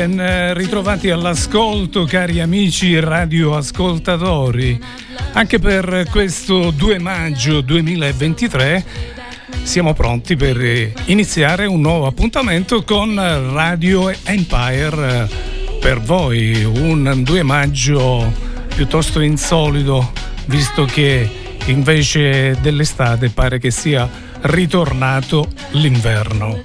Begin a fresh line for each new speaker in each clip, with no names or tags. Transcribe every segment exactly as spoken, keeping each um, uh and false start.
Ben ritrovati all'ascolto, cari amici radioascoltatori. Anche per questo due maggio duemilaventitré siamo pronti per iniziare un nuovo appuntamento con Radio Empire per voi. Un due maggio piuttosto insolito, visto che invece dell'estate pare che sia ritornato l'inverno.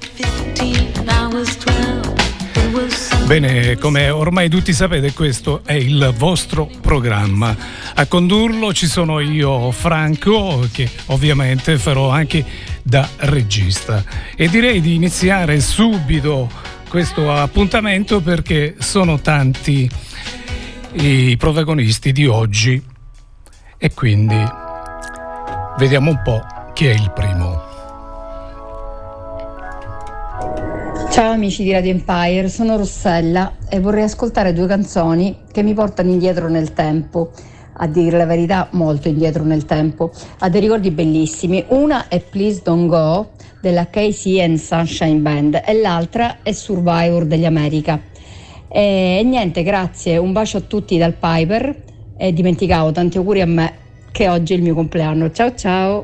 Bene, come ormai tutti sapete, questo è il vostro programma. A condurlo ci sono io, Franco, che ovviamente farò anche da regista. E direi di iniziare subito questo appuntamento perché sono tanti i protagonisti di oggi e quindi vediamo un po' chi è il primo.
Ciao amici di Radio Empire, sono Rossella e vorrei ascoltare due canzoni che mi portano indietro nel tempo, a dire la verità molto indietro nel tempo, a dei ricordi bellissimi. Una è Please Don't Go della K C and Sunshine Band e l'altra è Survivor degli America. E niente, grazie, un bacio a tutti dal Piper e dimenticavo, tanti auguri a me che oggi è il mio compleanno. Ciao ciao!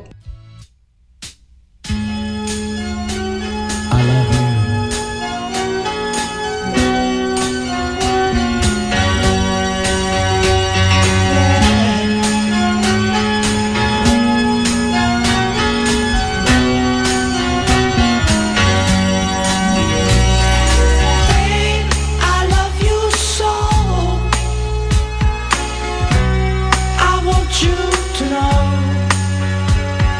You to know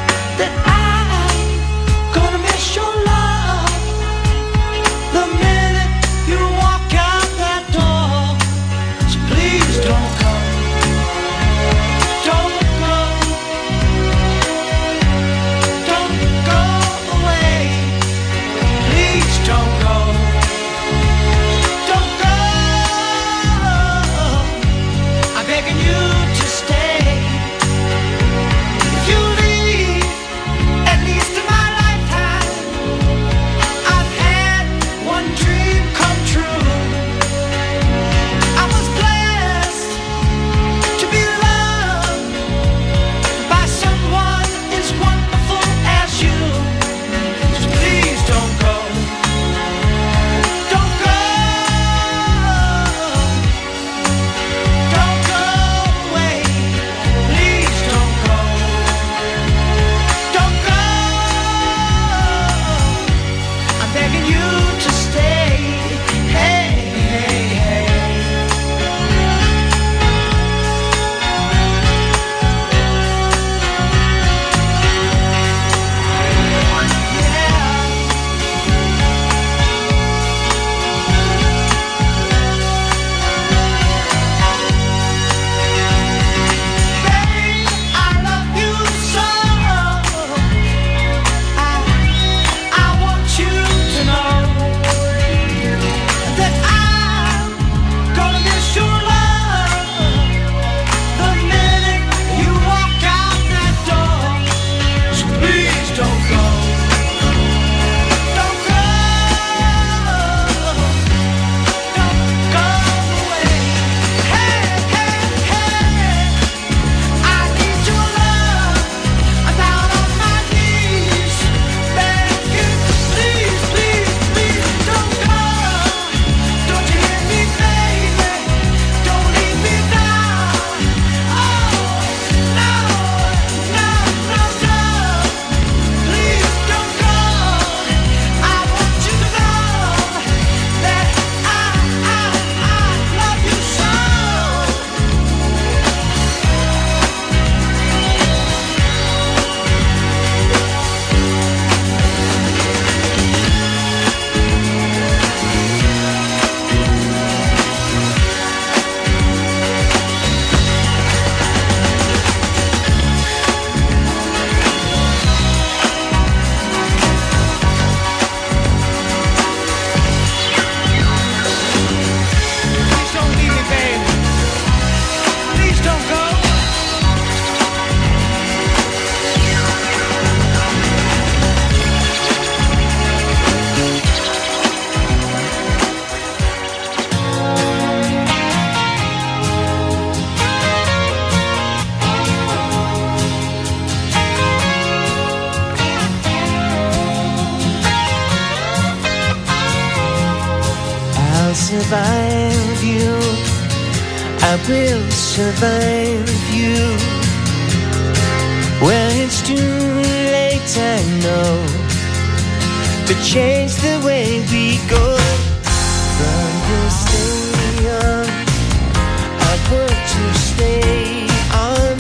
survive you. I will survive you. Well, it's too late, I know, to change the way we go. From this day on, I want to stay on.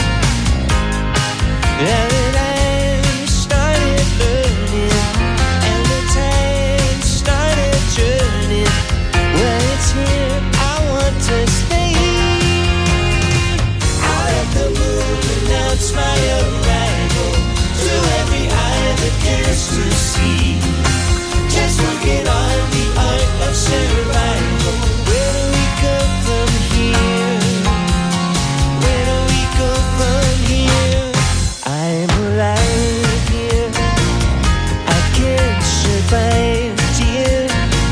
Now that I've started learning and the time started turning, well, it's here, I want to stay. Out of the moon, announce my arrival to every eye that cares to see. Just working on the art of survival. Where do we go from here? Where do we go from here? I'm alive here. I can survive, dear.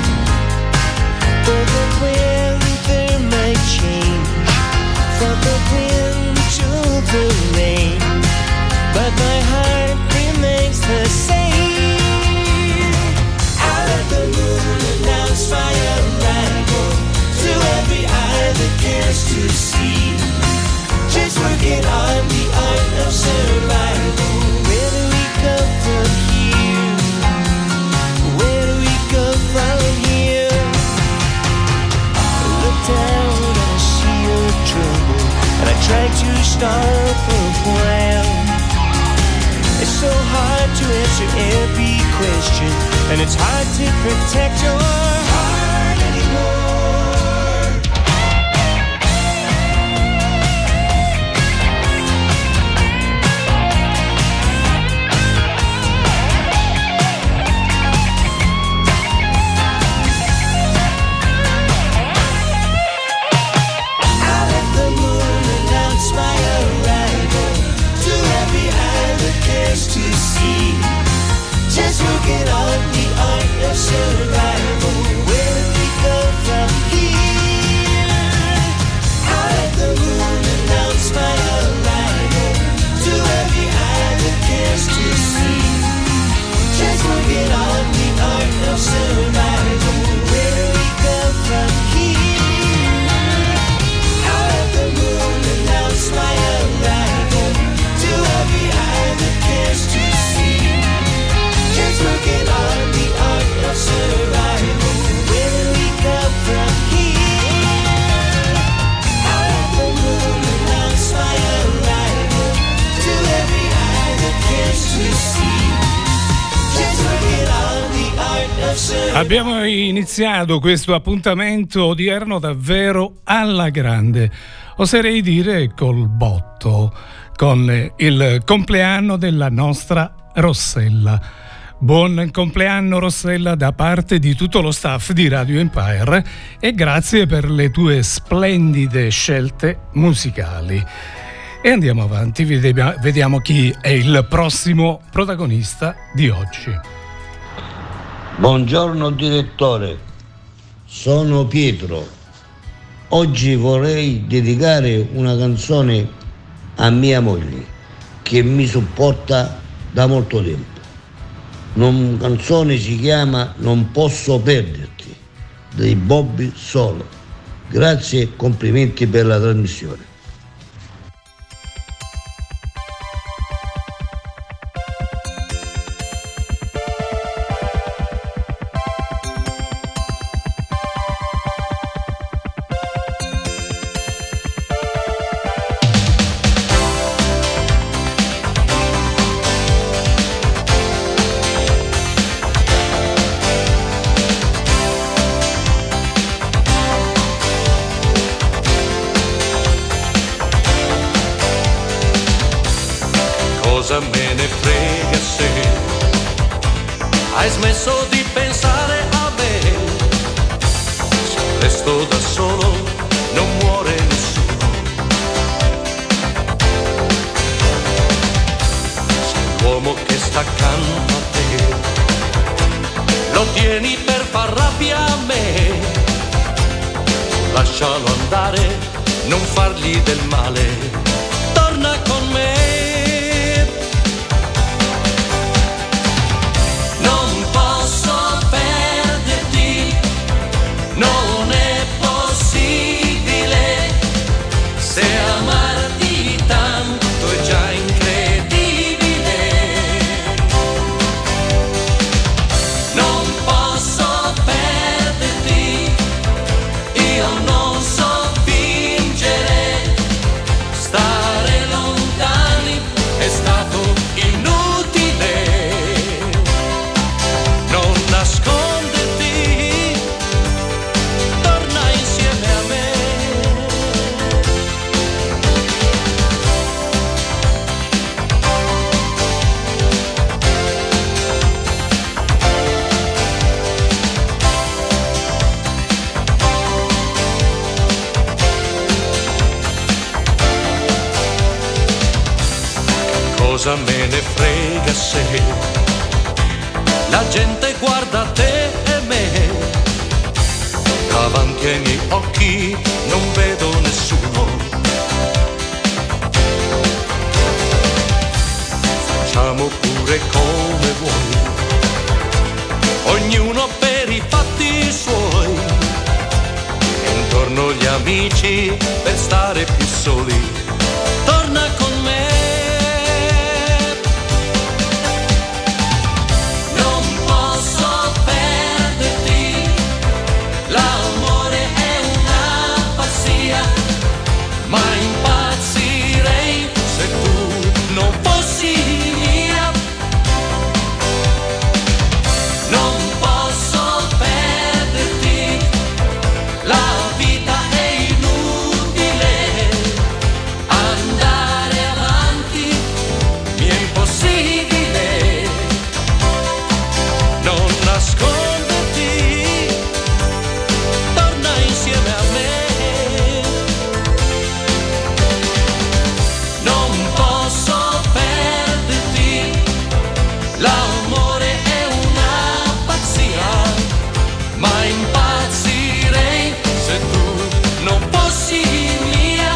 But the weather might change from the wind to the rain, but my heart remains the same. Out of the moon, announce my arrival to every eye that cares to see. Just working on the art of survival. Where do we go from here? Where do we go from here? I look down and I see your trouble, and I try to stop for a while. It's so hard to answer every question, and it's hard to protect your heart anymore. Out of the moon, announce my arrival to every eye that cares to see. Just working on the art of survival. Where do we go from here? Out of the moon, announce my arrival to every eye that cares to see. Just working on the art of survival. Where do we go from here? Out of the moon, announce my arrival to every eye that cares to see. Just working on the art of survival. Where do we go from here? Out of the moon, announce my arrival to every eye that cares to see. Just working on the art of survival.
Abbiamo iniziato questo appuntamento odierno davvero alla grande, oserei dire col botto, con il compleanno della nostra Rossella. Buon compleanno Rossella da parte di tutto lo staff di Radio Empire e grazie per le tue splendide scelte musicali. E andiamo avanti, vediamo chi è il prossimo protagonista di oggi.
Buongiorno direttore, sono Pietro. Oggi vorrei dedicare una canzone a mia moglie che mi supporta da molto tempo. La canzone si chiama Non posso perderti, dei Bobby Solo. Grazie e complimenti per la trasmissione.
Cosa me ne frega se hai smesso di pensare a me? Se resto da solo non muore nessuno. Se l'uomo che sta accanto a te lo tieni per far rabbia a me, lascialo andare, non fargli del male, torna con me. Non posso perderti, non è cosa me ne frega se la gente guarda te e me, davanti ai miei occhi non vedo nessuno. Facciamo pure come vuoi, ognuno per i fatti suoi, e intorno gli amici per stare più soli. Torna con me. Non posso perderti, l'amore è una pazzia, ma impazzirei se tu non fossi mia. Non posso perderti, la vita è inutile, andare avanti mi è impossibile. Non nasconderti, torna insieme a me. Non posso perderti, l'amore è una pazzia, ma impazzirei se tu non fossi mia.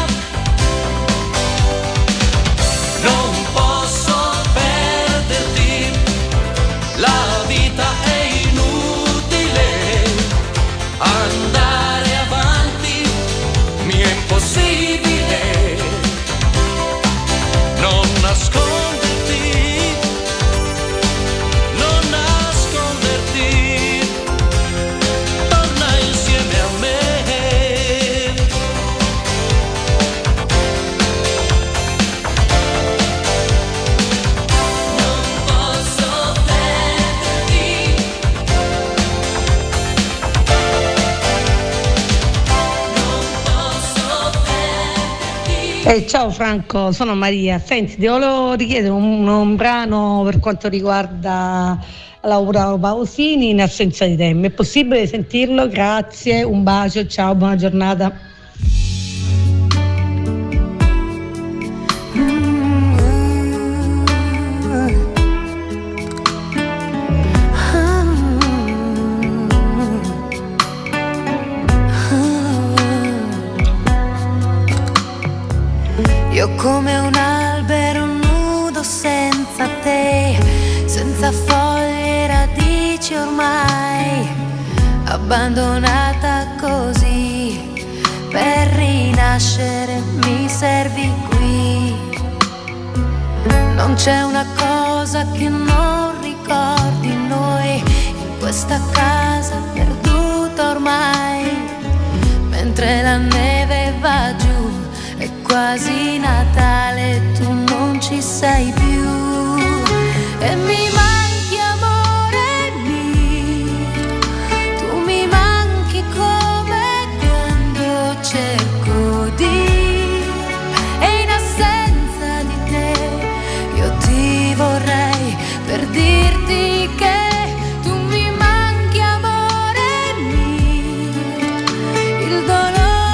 Non posso perderti, la vita è inutile, andare avanti mi è impossibile. Non nasconderti, non nasconderti, torna insieme a me. Non posso perderti, non posso perderti.
Eh, ciao Franco, sono Maria. Senti, ti volevo richiedere un, un brano per quanto riguarda Laura Pausini, In assenza di te. È possibile sentirlo? Grazie, un bacio, ciao, buona giornata.
Io come un albero nudo senza te, senza foglie e radici ormai, abbandonata così, per rinascere mi servi qui. Non c'è una cosa che non ricordi noi, in questa casa perduta ormai, mentre la neve va giù. È quasi Natale, tu non ci sei più e mi manchi amore mio, tu mi manchi come quando cerco di, e in assenza di te io ti vorrei per dirti che tu mi manchi amore mio, il dolore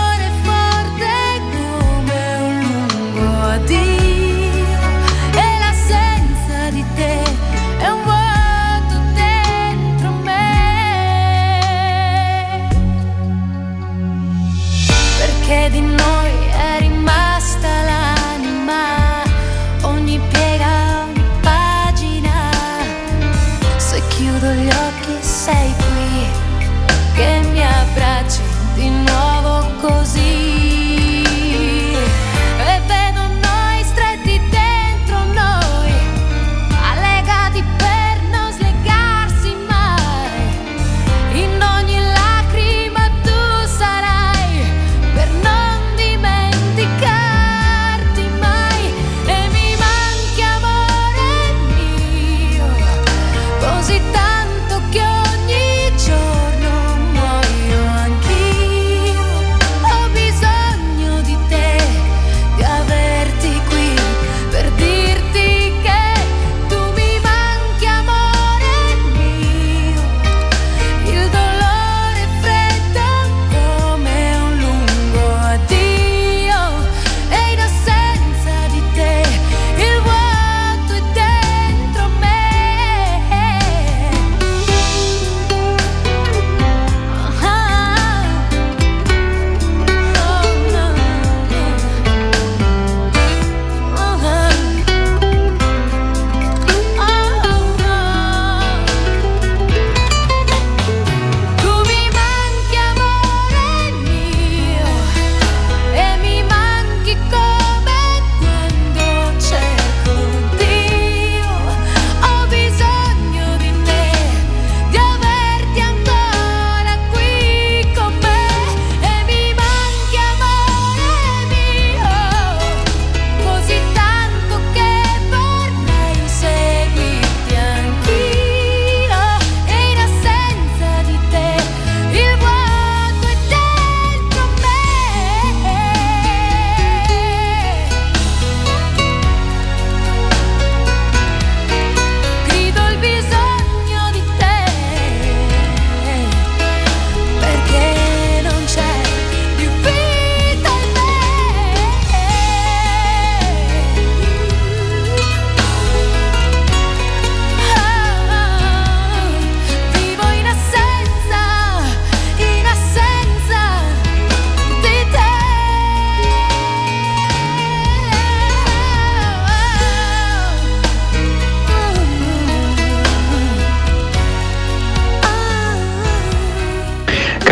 che di noi è rimasta l'anima, ogni piega, ogni pagina. Se chiudo gli occhi sei qui, che mi abbracci di nuovo così, e vedo noi stretti dentro noi, allegati per non slegarsi mai. In ogni lacrima tu sarai per non dimenticare.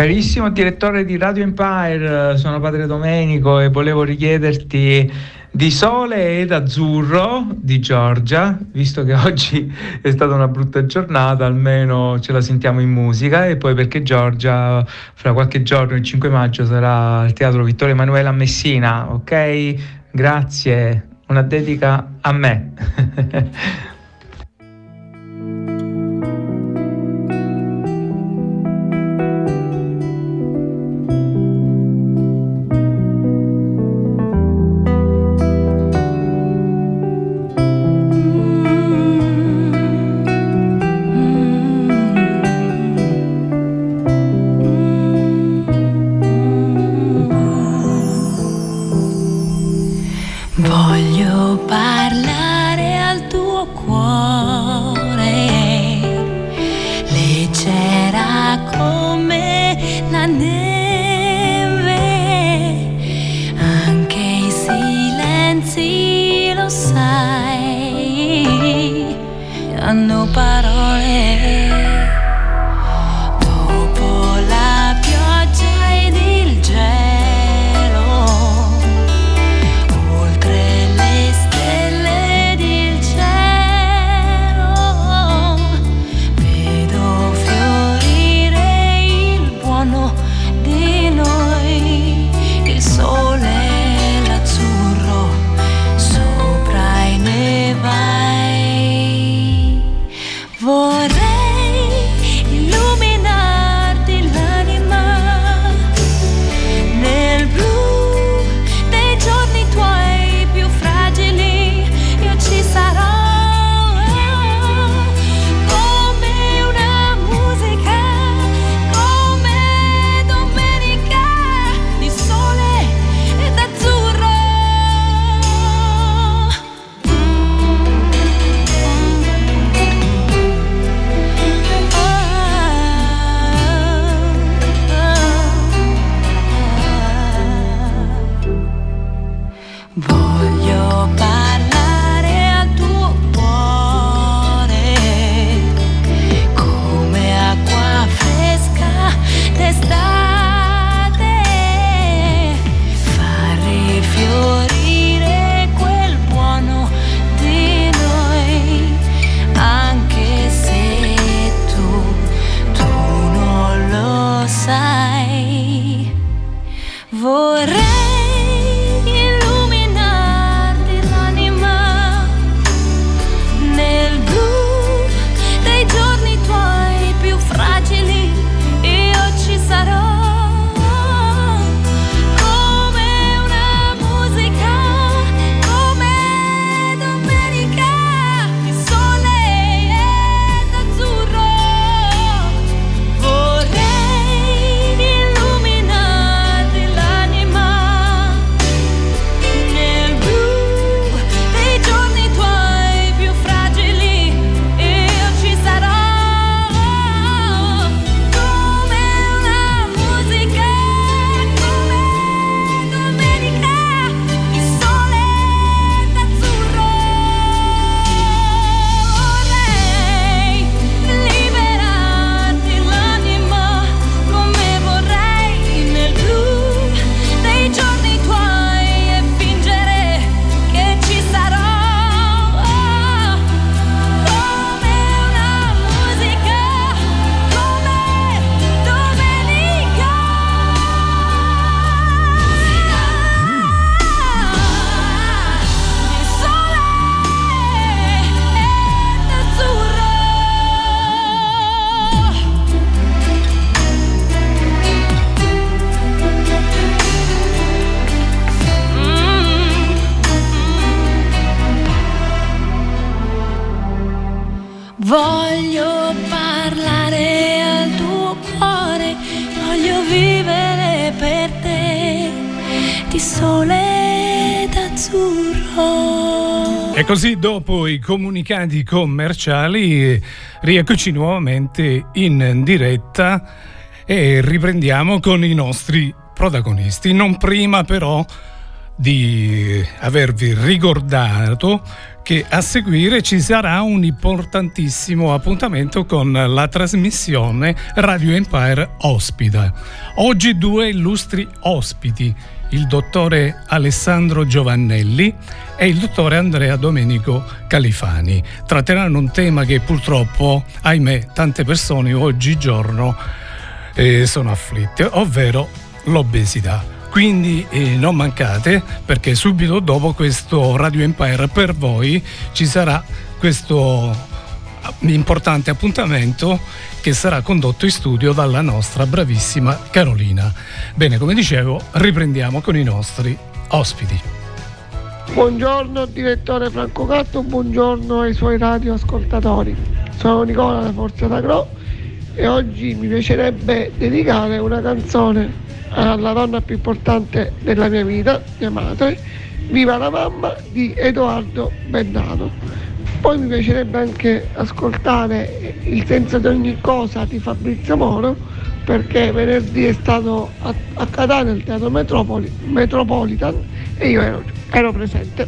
Carissimo direttore di Radio Empire, sono Padre Domenico e volevo richiederti Di sole ed azzurro di Giorgia, visto che oggi è stata una brutta giornata, almeno ce la sentiamo in musica, e poi perché Giorgia fra qualche giorno, il cinque maggio, sarà al Teatro Vittorio Emanuele a Messina, ok? Grazie, una dedica a me.
Voglio parlare al tuo cuore, leggera come la neve, anche i silenzi, lo sai, hanno parole. Dopo la pioggia ed il gelo, voglio parlare al tuo cuore, voglio vivere per te di sole ed azzurro.
E così, dopo i comunicati commerciali, rieccoci nuovamente in diretta e riprendiamo con i nostri protagonisti. Non prima però di avervi ricordato che a seguire ci sarà un importantissimo appuntamento con la trasmissione Radio Empire Ospita. Oggi due illustri ospiti, il dottore Alessandro Giovannelli e il dottore Andrea Domenico Califani. Tratteranno un tema che purtroppo, ahimè, tante persone oggigiorno eh, sono afflitte, ovvero l'obesità. Quindi eh, non mancate, perché subito dopo questo Radio Empire per voi ci sarà questo importante appuntamento che sarà condotto in studio dalla nostra bravissima Carolina. Bene, come dicevo, riprendiamo con i nostri ospiti.
Buongiorno direttore Franco Gatto, buongiorno ai suoi radioascoltatori. Sono Nicola da Forza d'Agro e oggi mi piacerebbe dedicare una canzone alla donna più importante della mia vita, mia madre, Viva la mamma di Edoardo Bennato. Poi mi piacerebbe anche ascoltare Il senso di ogni cosa di Fabrizio Moro, perché venerdì è stato a, a Catania al Teatro Metropoli, Metropolitan e io ero, ero presente.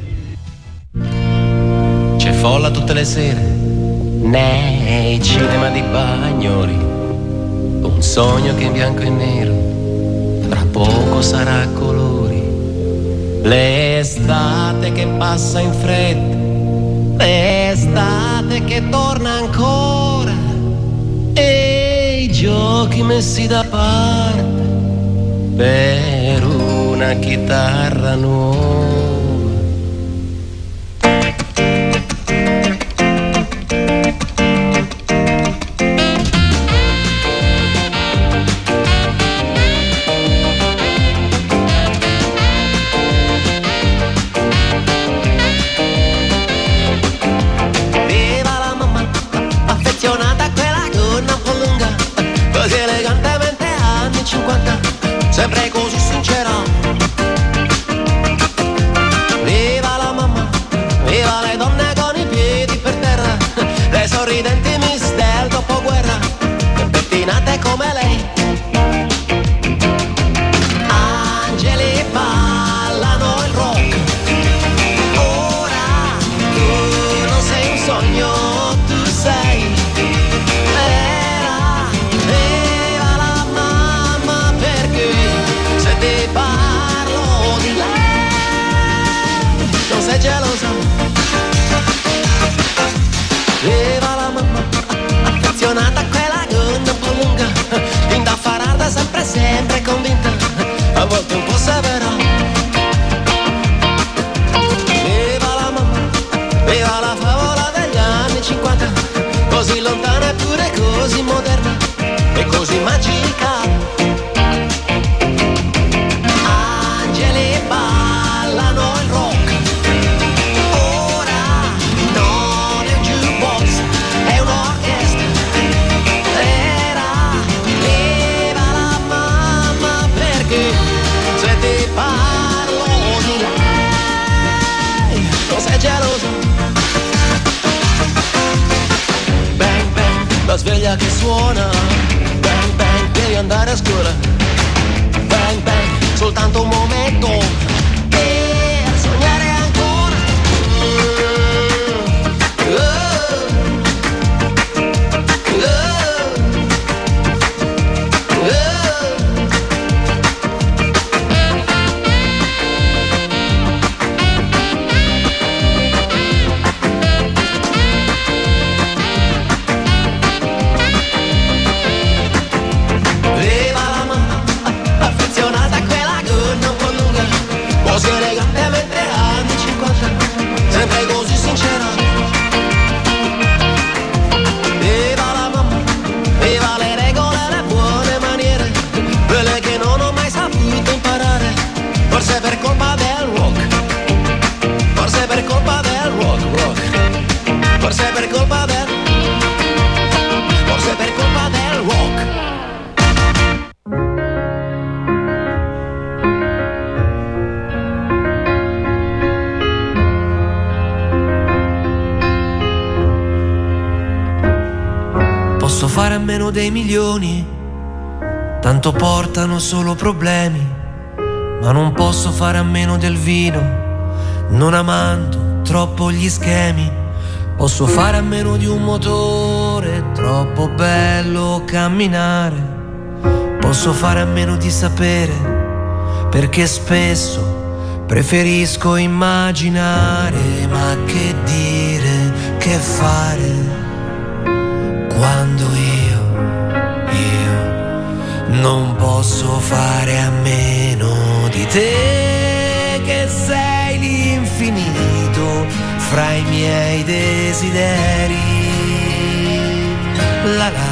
C'è folla tutte le sere nei cinema di Bagnoli, un sogno che in bianco e nero tra poco sarà a colori, l'estate che passa in fretta, l'estate che torna ancora, e i giochi messi da parte per una chitarra nuova.
Sempre così sincera. Viva la mamma, viva le donne con i piedi per terra, le sorridenti miss del dopoguerra, e pettinate come lei. Angeli ballano il rock. Ora tu non sei un sogno, tu sei vera. Viva la mamma, perché se ti parlo di lei non sei gelosa. Viva la mamma, affezionata a quella gonna un po' lunga, indaffarata, sempre sempre convinta, a volte un po' severa. Viva la mamma, viva la favola degli anni cinquanta, così lontana eppure così moderna e così magica. Angeli ballano il rock. Ora non è un jukebox, è un'orchestra. Era viva la mamma, perché se ti parlo di lei non sei geloso. Bang bang, la sveglia che suona. Bang bang, devi andare a scuola. Bang bang, soltanto un momento per sognare ancora. Oh, oh, oh. Viva la mamma, affezionata a quella gonna un po' lunga, così elegante mentre anni cinquanta, sempre così sincera. Viva la mamma, viva le regole e le buone maniere, quelle che non ho mai saputo imparare, forse per colpa del rock, forse per colpa del rock, rock, forse per colpa del, forse per colpa del rock.
Posso fare a meno dei milioni, tanto portano solo problemi,
ma non posso fare a meno del vino, non amando troppo gli schemi. Posso fare a meno di un motore, troppo bello camminare. Posso fare a meno di sapere, perché spesso preferisco immaginare. Ma che dire, che fare, quando io, io non posso fare a meno di te, che sei l'infinito fra i miei desideri. La la.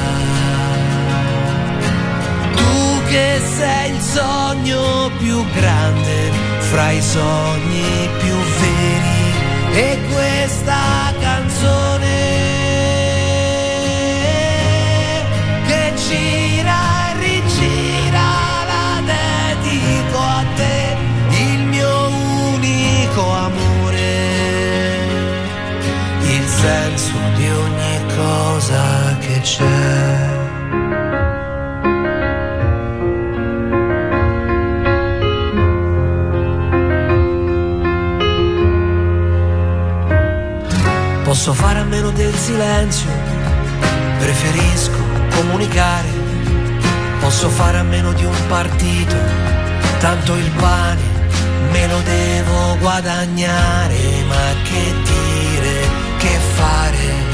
Tu che sei il sogno più grande fra i sogni più veri, e questa canzone che gira e rigira la dedico a te, il mio unico amore, il senso di ogni cosa che c'è. Posso fare a meno del silenzio, preferisco comunicare. Posso fare a meno di un partito, tanto il pane me lo devo guadagnare. Ma che dire, che fare,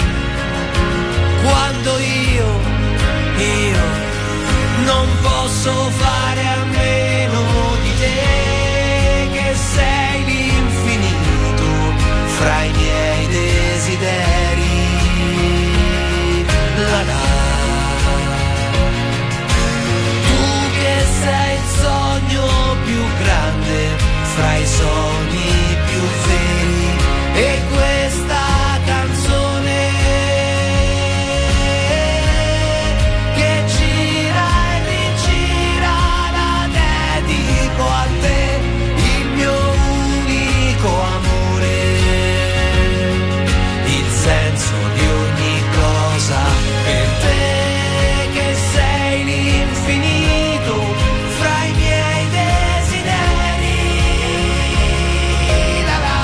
quando io, io non posso fare a meno di te, che sei l'infinito fra i miei desideri. La la. Tu che sei il sogno più grande fra i sogni più veri, e questa canzone che gira e rigira la dedico a te, il mio unico amore, il senso di ogni cosa per te, che sei l'infinito fra i miei desideri. La la.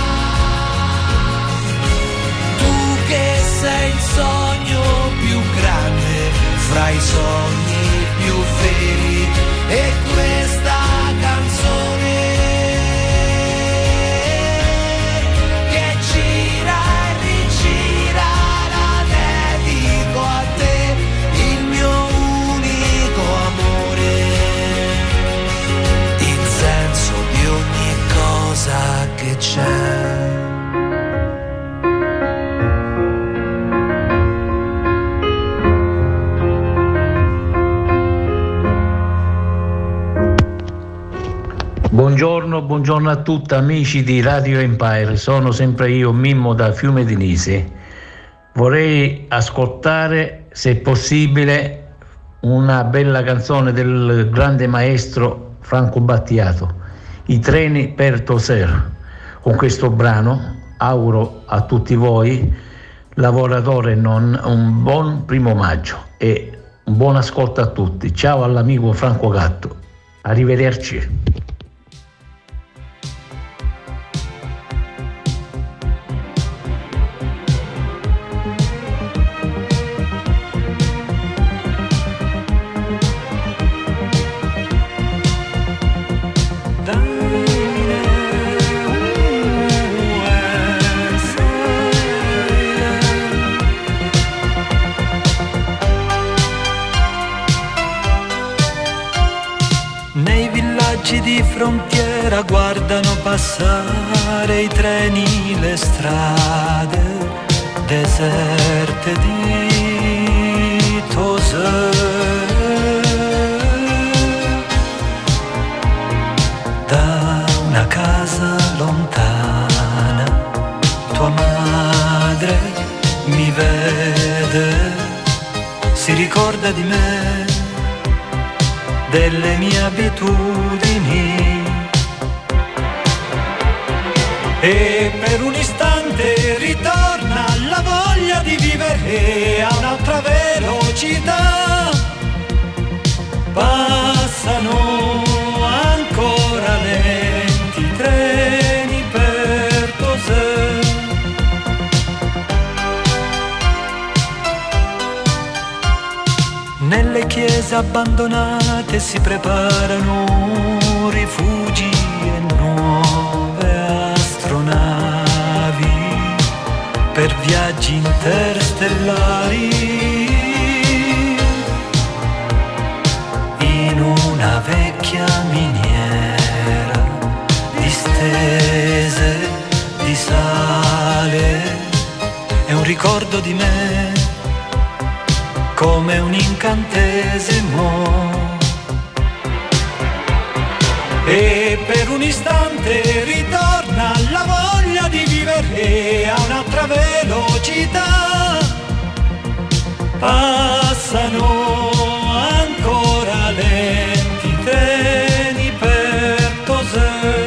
Tu che sei il sogno più grande fra i sogni più veri, e questa canzone che gira e rigira la dedico a te, il mio unico amore, il senso di ogni cosa che c'è.
Buongiorno, buongiorno a tutti amici di Radio Empire, sono sempre io Mimmo da Fiume di Nise. Vorrei ascoltare, se possibile, una bella canzone del grande maestro Franco Battiato, I treni per Toser. Con questo brano auguro a tutti voi, lavoratori non, un buon primo maggio e un buon ascolto a tutti. Ciao all'amico Franco Gatto, arrivederci.
Di frontiera guardano passare i treni, le strade deserte di Toser. Da una casa lontana tua madre mi vede, si ricorda di me, delle mie abitudini, e per un istante ritorna la voglia di vivere a un'altra velocità. Passano ancora abbandonate si preparano rifugi e nuove astronavi per viaggi interstellari in una vecchia miniera distese di sale. È un ricordo di me come un incantesimo, e per un istante ritorna la voglia di vivere a un'altra velocità. Passano ancora lenti treni per Tosè.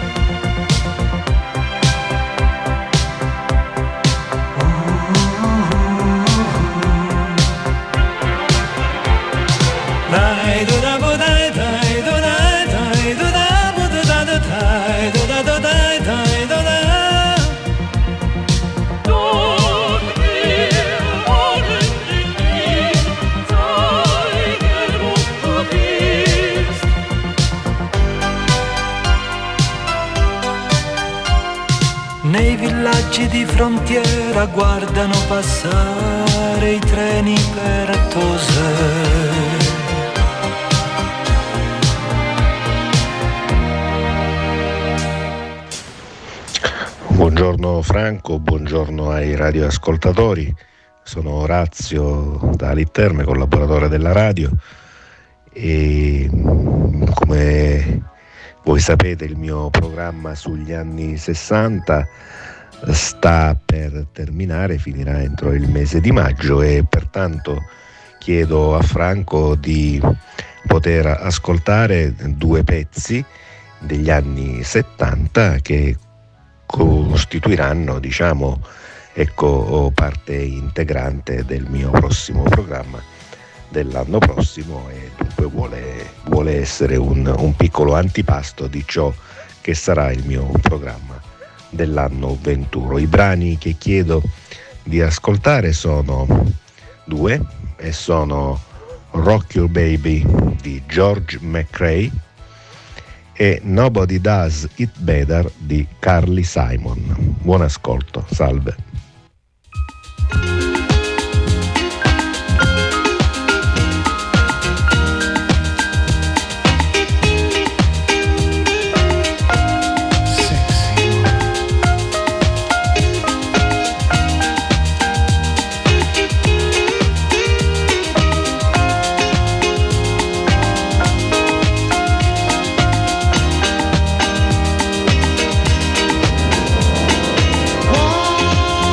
Nei villaggi di frontiera guardano passare i treni per Tosè.
Buongiorno Franco, buongiorno ai radioascoltatori. Sono Orazio da Litterme, collaboratore della radio, e come voi sapete il mio programma sugli anni sessanta sta per terminare, finirà entro il mese di maggio, e pertanto chiedo a Franco di poter ascoltare due pezzi degli anni settanta che costituiranno, diciamo, ecco, parte integrante del mio prossimo programma dell'anno prossimo, e dunque vuole, vuole essere un, un piccolo antipasto di ciò che sarà il mio programma dell'anno ventuno. I brani che chiedo di ascoltare sono due, e sono Rock Your Baby di George McRae e Nobody Does It Better di Carly Simon. Buon ascolto, salve.
One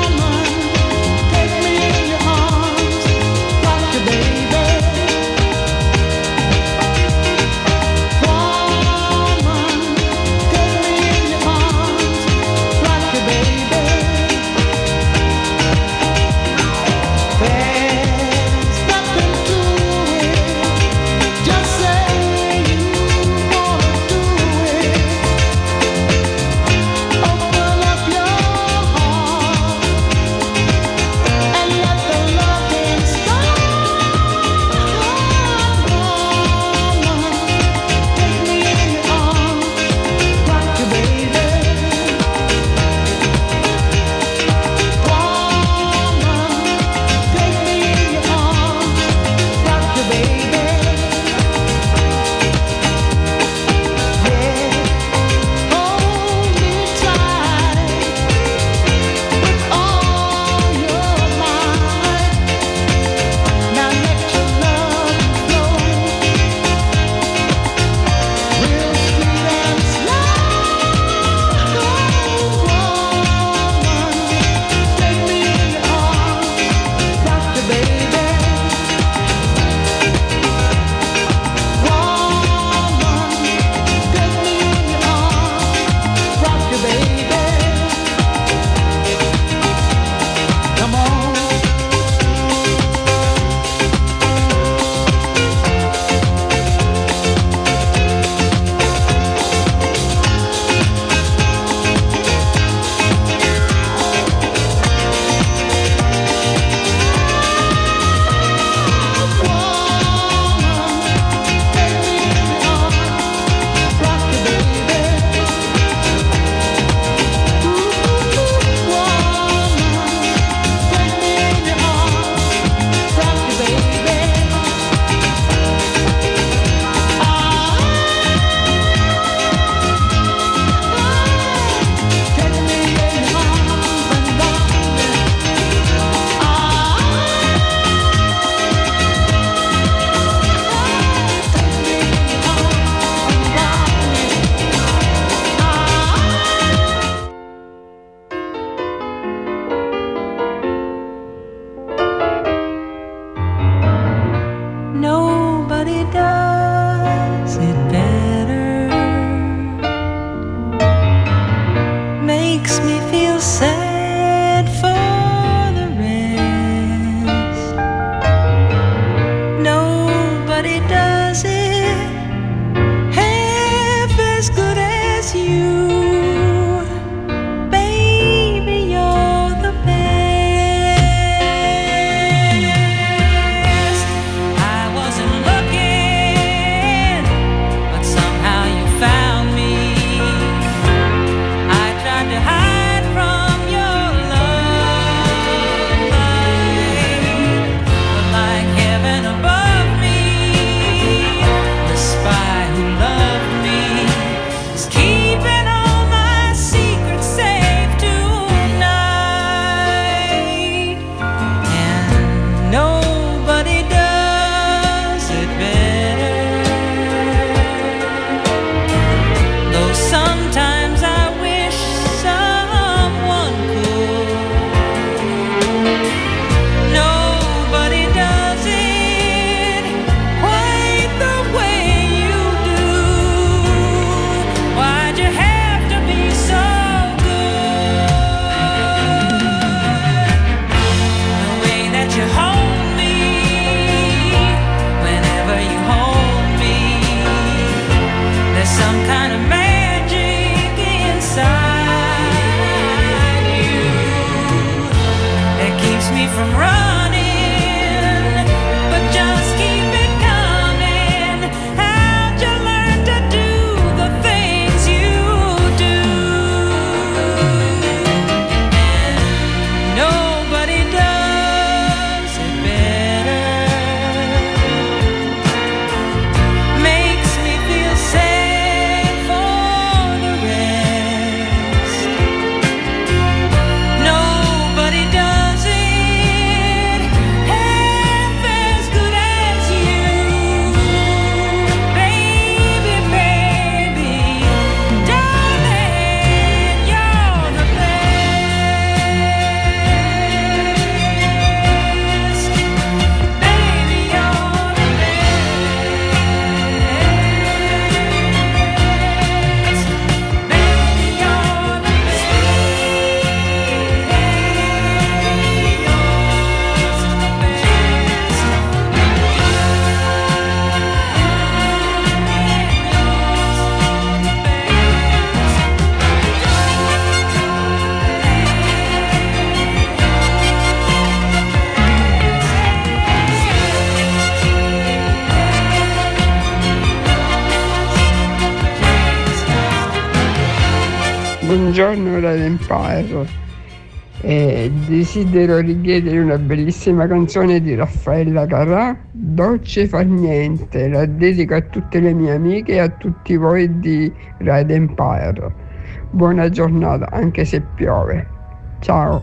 Buongiorno Radio Empire, eh, desidero richiedere una bellissima canzone di Raffaella Carrà, Dolce far niente, la dedico a tutte le mie amiche e a tutti voi di Radio Empire. Buona giornata anche se piove, ciao.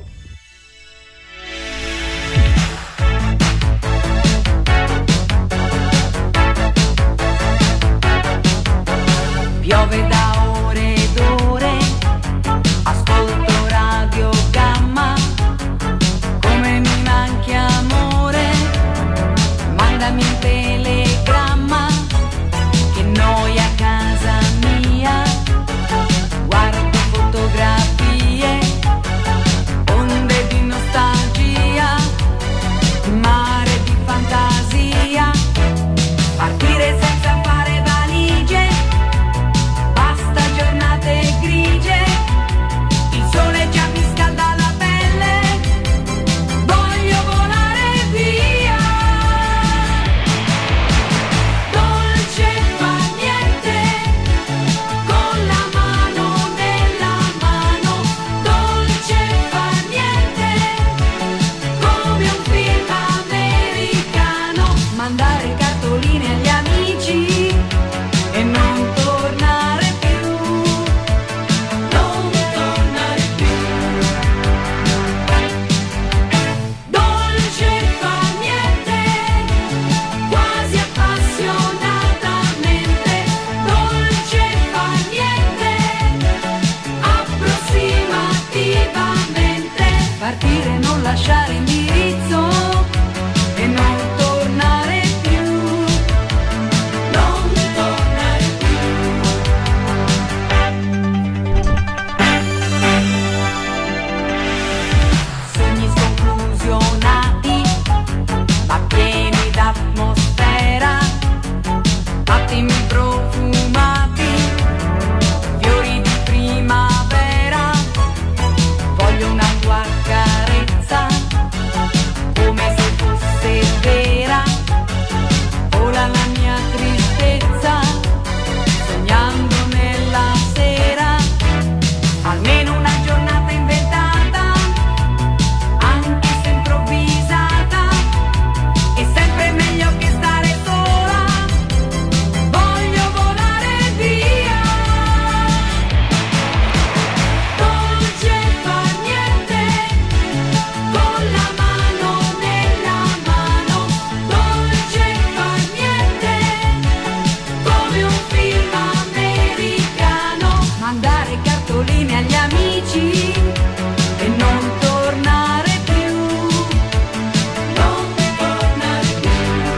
Piove da ore ed ore, ascolto Radio Gamma, come mi manchi amore, mandami un telegramma, che noi a casa mia, guardo fotografie, onde di nostalgia, mare di fantasia, partire senza fare valigie, basta giornate grigie, il sole già mi scalda la pelle, voglio volare via. Dolce fa niente, con la mano nella mano, dolce fa niente, come un film americano, mandare cartoline agli amici e non tornare più, non tornare più. Dolce fa niente, quasi appassionatamente, dolce fa niente, approssimativamente, partire, non lasciare indirizzo e non tornare più, non tornare più. Sogni sconclusionati, ma pieni d'atmosfera, attimi profumati, fiori di primavera, voglio una tua carezza, come se fosse vera, vola la mia tristezza, sognando nella sera, almeno una giornata inventata, anche se improvvisata, è sempre meglio che stare sola, voglio volare via. Dolce fa niente, con la mano nella mano, dolce fa niente, come un film americano, mandare cartoline agli amici e non tornare più, non tornare più.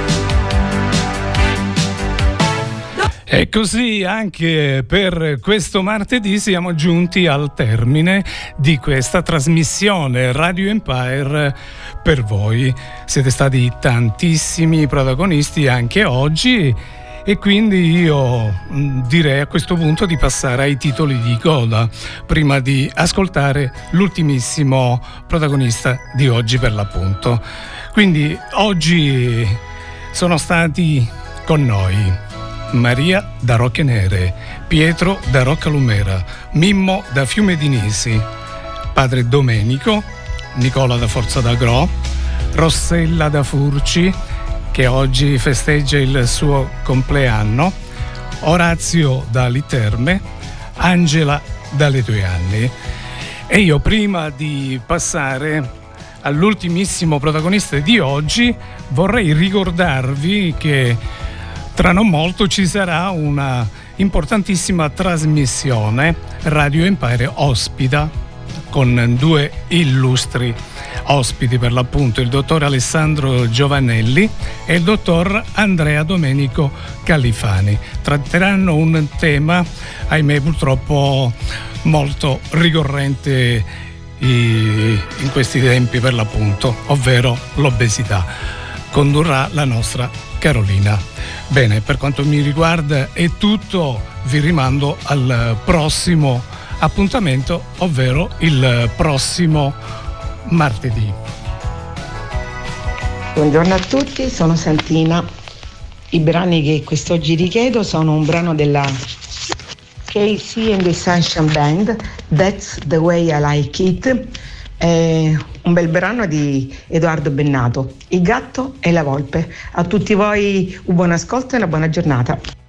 E così anche per questo martedì siamo giunti al termine di questa trasmissione Radio Empire per voi. Siete stati tantissimi protagonisti anche oggi e quindi io mh, direi a questo punto di passare ai titoli di coda prima di ascoltare l'ultimissimo protagonista di oggi per l'appunto. Quindi oggi sono stati con noi Maria da Rocche Nere, Pietro da Roccalumera, Mimmo da Fiume di Nisi, padre Domenico, Nicola da Forza d'Agro, Rossella da Furci, che oggi festeggia il suo compleanno, Orazio da Literme, Angela dalle due anni. E io, prima di passare all'ultimissimo protagonista di oggi, vorrei ricordarvi che tra non molto ci sarà una importantissima trasmissione. Radio Empire ospita con due illustri ospiti per l'appunto, il dottor Alessandro Giovanelli e il dottor Andrea Domenico Califani. Tratteranno un tema, ahimè purtroppo molto ricorrente in questi tempi per l'appunto, ovvero l'obesità. Condurrà la nostra Carolina. Bene, per quanto mi riguarda è tutto, vi rimando al prossimo appuntamento, ovvero il prossimo martedì.
Buongiorno a tutti, sono Santina. I brani che quest'oggi richiedo sono un brano della Casey and the Sunshine Band, That's the Way I Like It. È un bel brano di Edoardo Bennato, Il gatto e la volpe. A tutti voi un buon ascolto e una buona giornata.